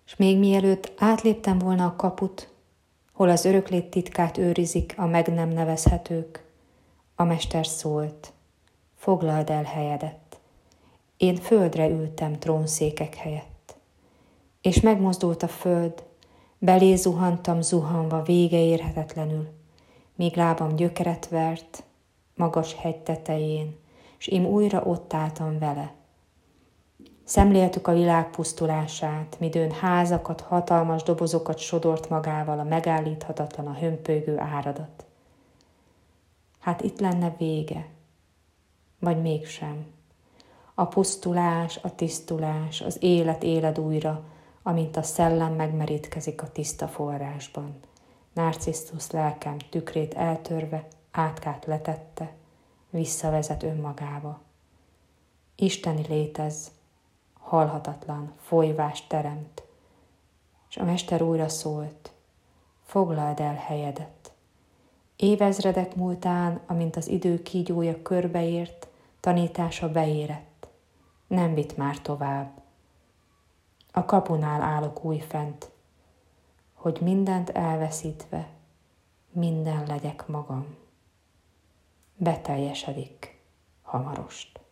S még mielőtt átléptem volna a kaput, hol az öröklét titkát őrizik a meg nem nevezhetők, a mester szólt: foglald el helyedet. Én földre ültem trónszékek helyett. És megmozdult a föld, belé zuhantam zuhanva vége érhetetlenül, míg lábam gyökeret vert, magas hegy tetején, s én újra ott álltam vele. Szemléltük a világ pusztulását, midőn házakat, hatalmas dobozokat sodort magával a megállíthatatlan, a hömpölygő áradat. Hát itt lenne vége, vagy mégsem. A pusztulás, a tisztulás, az élet éled újra, amint a szellem megmerítkezik a tiszta forrásban. Narcisztus lelkem tükrét eltörve, átkát letette, visszavezet önmagába. Isteni létez, halhatatlan, folyvást teremt, és a mester újra szólt: foglald el helyedet. Évezredek múltán, amint az idő kígyója körbeért, tanítása beérett. Nem vitt már tovább. A kapunál állok újfent, hogy mindent elveszítve, minden legyek magam. Beteljesedik hamarost.